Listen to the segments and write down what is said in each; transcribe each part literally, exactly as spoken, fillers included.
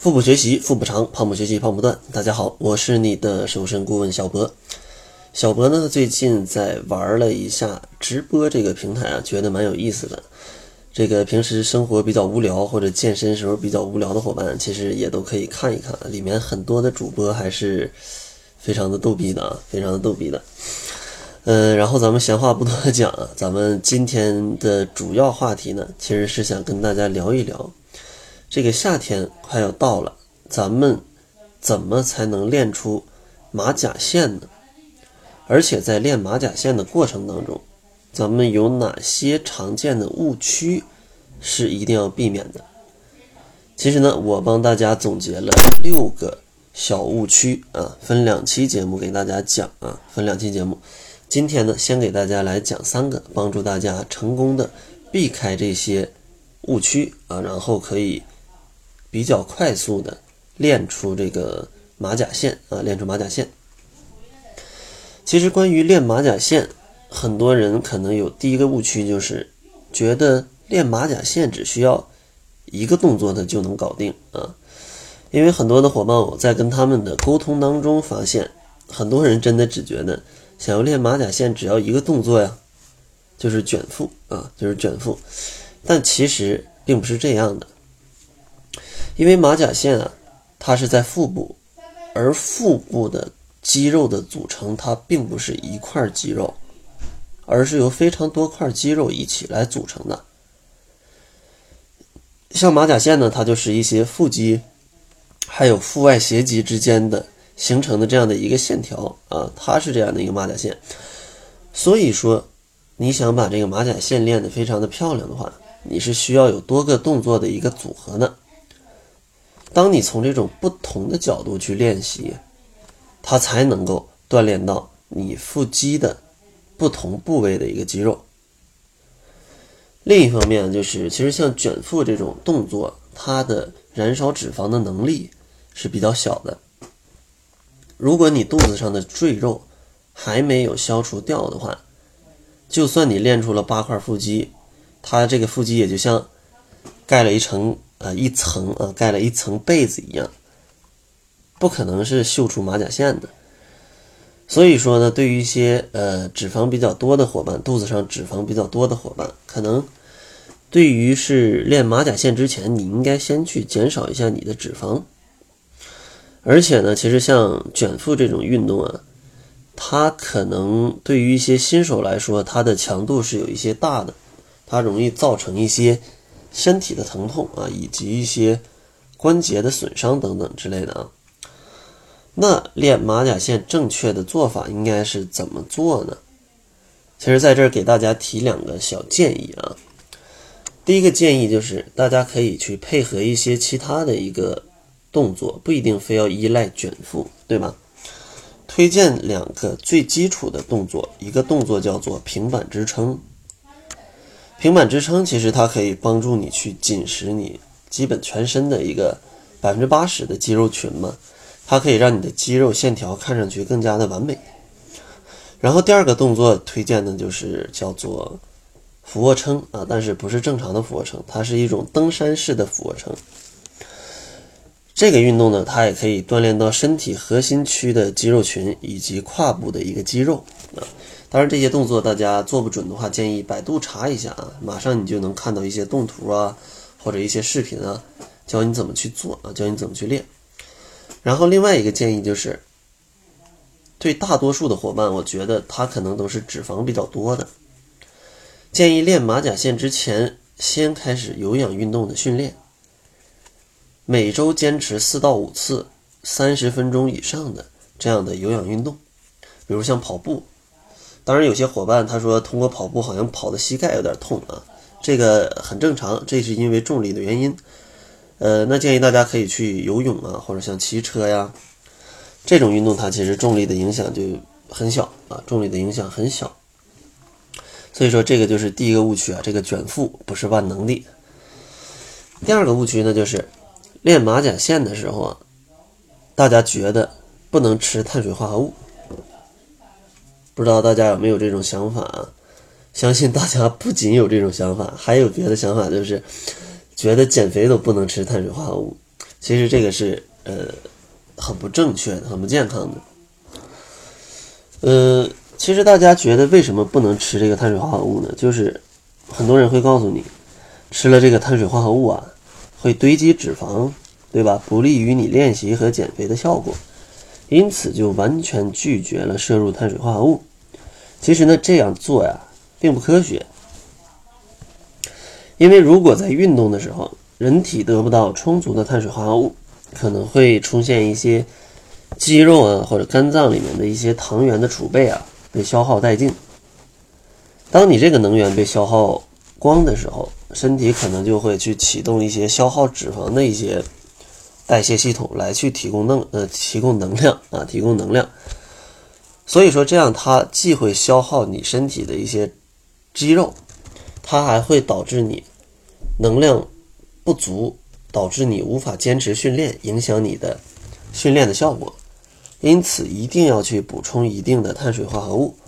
腹部学习腹部长，胖不学习胖不断。大家好，我是你的瘦身顾问小博。小博呢最近在玩了一下直播这个平台啊，觉得蛮有意思的。这个平时生活比较无聊或者健身时候比较无聊的伙伴，其实也都可以看一看，里面很多的主播还是非常的逗逼的啊，非常的逗逼的。嗯，然后咱们闲话不多讲啊，咱们今天的主要话题呢，其实是想跟大家聊一聊，这个夏天快要到了，咱们怎么才能练出马甲线呢？而且在练马甲线的过程当中，咱们有哪些常见的误区是一定要避免的？其实呢，我帮大家总结了六个小误区啊，分两期节目给大家讲啊，分两期节目。今天呢，先给大家来讲三个，帮助大家成功的避开这些误区啊，然后可以比较快速的练出这个马甲线啊，练出马甲线。其实关于练马甲线，很多人可能有第一个误区，就是觉得练马甲线只需要一个动作的就能搞定啊。因为很多的伙伴，我在跟他们的沟通当中发现，很多人真的只觉得想要练马甲线只要一个动作呀，就是卷腹啊，就是卷腹。但其实并不是这样的，因为马甲线啊，它是在腹部，而腹部的肌肉的组成它并不是一块肌肉，而是由非常多块肌肉一起来组成的。像马甲线呢，它就是一些腹肌还有腹外斜肌之间的形成的这样的一个线条啊，它是这样的一个马甲线。所以说你想把这个马甲线练得非常的漂亮的话，你是需要有多个动作的一个组合的。当你从这种不同的角度去练习，它才能够锻炼到你腹肌的不同部位的一个肌肉。另一方面就是，其实像卷腹这种动作，它的燃烧脂肪的能力是比较小的。如果你肚子上的赘肉还没有消除掉的话，就算你练出了八块腹肌，它这个腹肌也就像盖了一层呃一层啊，盖了一层被子一样，不可能是秀出马甲线的。所以说呢，对于一些呃脂肪比较多的伙伴，肚子上脂肪比较多的伙伴，可能对于是练马甲线之前，你应该先去减少一下你的脂肪。而且呢，其实像卷腹这种运动啊，它可能对于一些新手来说，它的强度是有一些大的，它容易造成一些身体的疼痛啊，以及一些关节的损伤等等之类的啊。那练马甲线正确的做法应该是怎么做呢？其实在这儿给大家提两个小建议啊。第一个建议就是大家可以去配合一些其他的一个动作，不一定非要依赖卷腹，对吧？推荐两个最基础的动作，一个动作叫做平板支撑。平板支撑其实它可以帮助你去紧实你基本全身的一个 百分之八十 的肌肉群嘛，它可以让你的肌肉线条看上去更加的完美。然后第二个动作推荐的就是叫做俯卧撑啊，但是不是正常的俯卧撑，它是一种登山式的俯卧撑。这个运动呢，它也可以锻炼到身体核心区的肌肉群以及胯部的一个肌肉啊。当然这些动作大家做不准的话，建议百度查一下啊，马上你就能看到一些动图啊，或者一些视频啊，教你怎么去做啊，教你怎么去练。然后另外一个建议就是，对大多数的伙伴，我觉得他可能都是脂肪比较多的，建议练马甲线之前先开始有氧运动的训练，每周坚持四到五次三十分钟以上的这样的有氧运动，比如像跑步。当然有些伙伴他说通过跑步好像跑的膝盖有点痛啊，这个很正常，这是因为重力的原因。呃，那建议大家可以去游泳啊，或者像骑车呀，这种运动它其实重力的影响就很小啊，重力的影响很小。所以说这个就是第一个误区啊，这个卷腹不是万能的。第二个误区呢，就是练马甲线的时候啊，大家觉得不能吃碳水化合物。不知道大家有没有这种想法啊？相信大家不仅有这种想法，还有别的想法，就是觉得减肥都不能吃碳水化合物。 其实这个是呃很不正确的，很不健康的。呃，其实大家觉得为什么不能吃这个碳水化合物呢？就是很多人会告诉你，吃了这个碳水化合物啊，会堆积脂肪，对吧？不利于你练习和减肥的效果，因此就完全拒绝了摄入碳水化合物。其实呢，这样做呀，并不科学。因为如果在运动的时候，人体得不到充足的碳水化合物，可能会出现一些肌肉啊或者肝脏里面的一些糖原的储备啊被消耗殆尽。当你这个能源被消耗光的时候，身体可能就会去启动一些消耗脂肪的一些代谢系统来去提供能呃提供能量啊提供能量。所以说这样它既会消耗你身体的一些肌肉，它还会导致你能量不足，导致你无法坚持训练，影响你的训练的效果。因此一定要去补充一定的碳水化合物。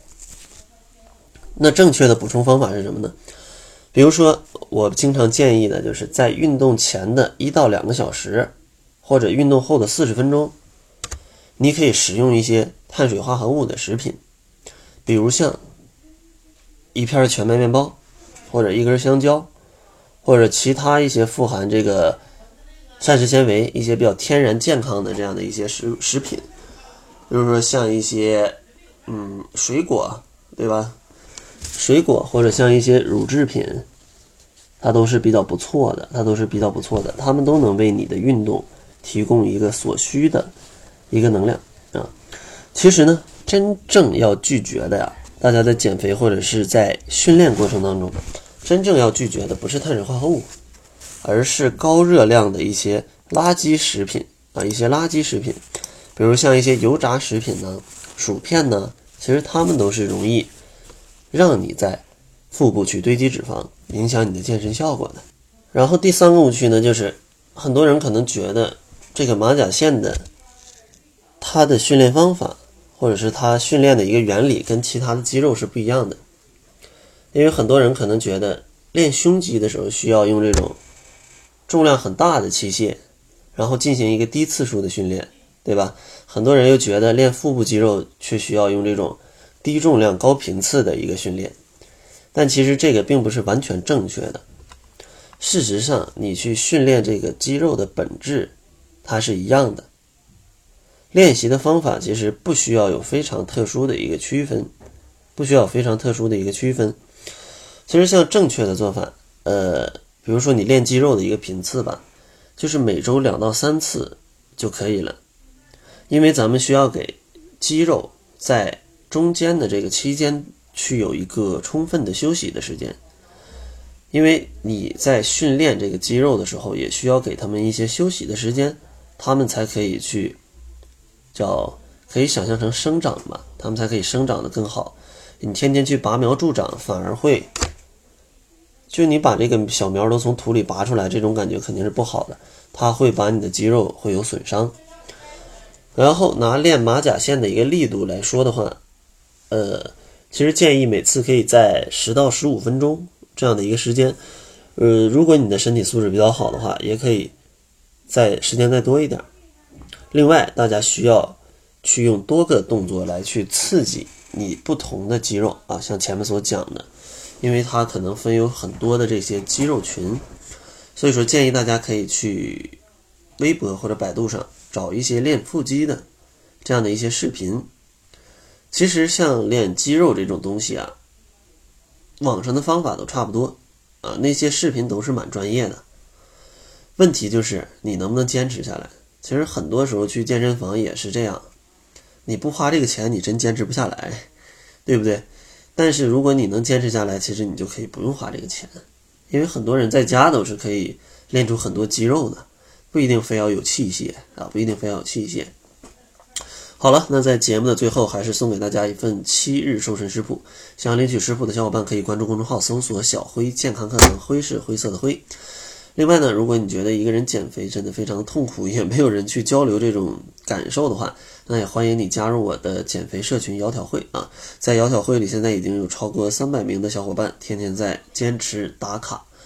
那正确的补充方法是什么呢？比如说我经常建议的就是在运动前的一到两个小时，或者运动后的四十分钟，你可以食用一些碳水化合物的食品，比如像一片全麦面包，或者一根香蕉，或者其他一些富含这个膳食纤维、一些比较天然健康的这样的一些食食品，比如说像一些嗯水果，对吧？水果或者像一些乳制品，它都是比较不错的，它都是比较不错的，它们都能为你的运动提供一个所需的一个能量啊。其实呢，真正要拒绝的呀，大家在减肥或者是在训练过程当中，真正要拒绝的不是碳水化合物，而是高热量的一些垃圾食品啊，一些垃圾食品，比如像一些油炸食品呢、薯片呢，其实它们都是容易让你在腹部去堆积脂肪，影响你的健身效果的。然后第三个误区呢，就是很多人可能觉得这个马甲线的它的训练方法，或者是它训练的一个原理跟其他的肌肉是不一样的。因为很多人可能觉得练胸肌的时候需要用这种重量很大的器械，然后进行一个低次数的训练，对吧？很多人又觉得练腹部肌肉却需要用这种低重量高频次的一个训练，但其实这个并不是完全正确的。事实上，你去训练这个肌肉的本质，它是一样的。练习的方法其实不需要有非常特殊的一个区分，不需要有非常特殊的一个区分。其实像正确的做法，呃，比如说你练肌肉的一个频次吧，就是每周两到三次就可以了。因为咱们需要给肌肉在中间的这个期间去有一个充分的休息的时间。因为你在训练这个肌肉的时候，也需要给他们一些休息的时间，他们才可以去叫可以想象成生长吧，他们才可以生长得更好。你天天去拔苗助长，反而会就你把这个小苗都从土里拔出来，这种感觉肯定是不好的，它会把你的肌肉会有损伤。然后拿练马甲线的一个力度来说的话，呃，其实建议每次可以在十到十五分钟这样的一个时间。呃，如果你的身体素质比较好的话，也可以在时间再多一点。另外，大家需要去用多个动作来去刺激你不同的肌肉啊，像前面所讲的，因为它可能分有很多的这些肌肉群，所以说建议大家可以去微博或者百度上找一些练腹肌的这样的一些视频。其实像练肌肉这种东西啊，网上的方法都差不多啊，那些视频都是蛮专业的。问题就是你能不能坚持下来。其实很多时候去健身房也是这样，你不花这个钱你真坚持不下来，对不对？但是如果你能坚持下来，其实你就可以不用花这个钱，因为很多人在家都是可以练出很多肌肉的，不一定非要有器械啊，不一定非要有器械。好了，那在节目的最后还是送给大家一份七日瘦身食谱，想要领取食谱的小伙伴可以关注公众号搜索小辉健康课堂，辉是灰色的灰。另外呢，如果你觉得一个人减肥真的非常的痛苦，也没有人去交流这种感受的话，那也欢迎你加入我的减肥社群窈窕会啊。在窈窕会里，现在已经有超过三百名的小伙伴天天在坚持打卡，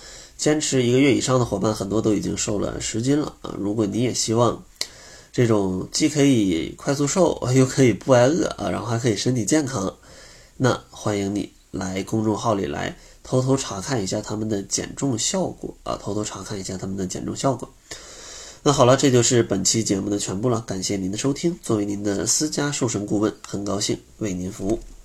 坚持一个月以上的伙伴很多都已经瘦了十斤了啊！如果你也希望这种既可以快速瘦又可以不挨饿啊，然后还可以身体健康，那欢迎你来公众号里来偷偷查看一下他们的减重效果啊，偷偷查看一下他们的减重效果。那好了，这就是本期节目的全部了，感谢您的收听。作为您的私家瘦身顾问，很高兴为您服务。